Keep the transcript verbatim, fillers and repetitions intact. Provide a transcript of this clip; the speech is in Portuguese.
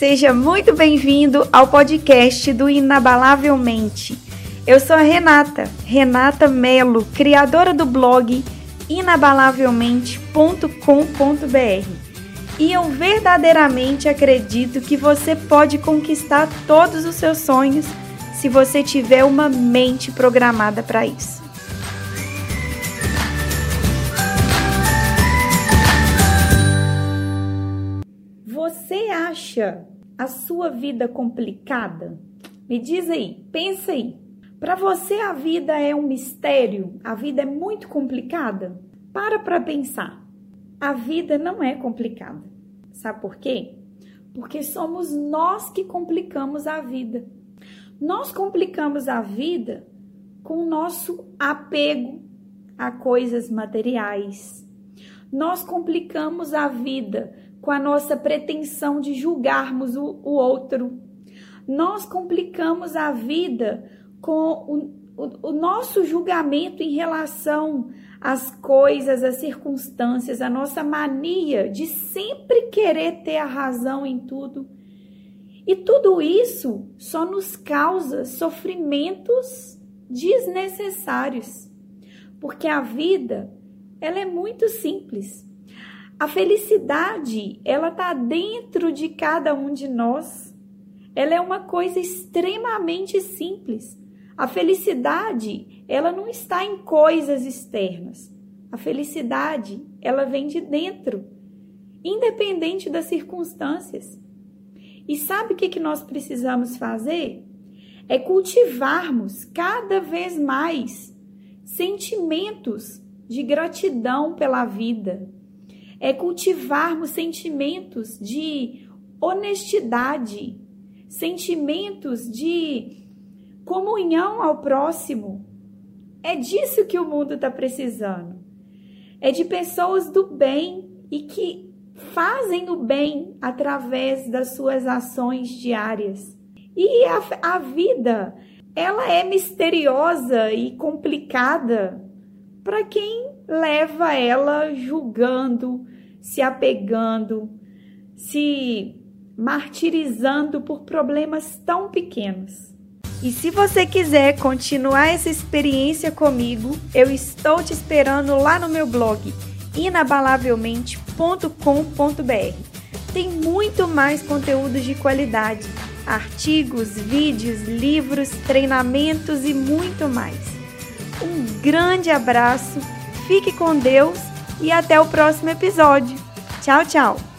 Seja muito bem-vindo ao podcast do Inabalavelmente. Eu sou a Renata, Renata Melo, criadora do blog inabalavelmente ponto com ponto br. E eu verdadeiramente acredito que você pode conquistar todos os seus sonhos se você tiver uma mente programada para isso. Você acha a sua vida complicada? Me diz aí, pensa aí. Para você a vida é um mistério? A vida é muito complicada? Para para pensar. A vida não é complicada. Sabe por quê? Porque somos nós que complicamos a vida. Nós complicamos a vida com o nosso apego a coisas materiais. Nós complicamos a vida com a nossa pretensão de julgarmos o, o outro. Nós complicamos a vida com o, o, o nosso julgamento em relação às coisas, às circunstâncias, a nossa mania de sempre querer ter a razão em tudo. E tudo isso só nos causa sofrimentos desnecessários, porque a vida, ela é muito simples. A felicidade, ela está dentro de cada um de nós. Ela é uma coisa extremamente simples. A felicidade, ela não está em coisas externas. A felicidade, ela vem de dentro, independente das circunstâncias. E sabe o que, que nós precisamos fazer? É cultivarmos cada vez mais sentimentos de gratidão pela vida. É cultivarmos sentimentos de honestidade, sentimentos de comunhão ao próximo. É disso que o mundo está precisando. É de pessoas do bem e que fazem o bem através das suas ações diárias. E a, a vida, ela é misteriosa e complicada para quem leva ela julgando, se apegando, se martirizando por problemas tão pequenos. E se você quiser continuar essa experiência comigo, eu estou te esperando lá no meu blog inabalavelmente ponto com ponto br. Tem muito mais conteúdos de qualidade, artigos, vídeos, livros, treinamentos e muito mais. Um grande abraço, fique com Deus e até o próximo episódio. Tchau, tchau!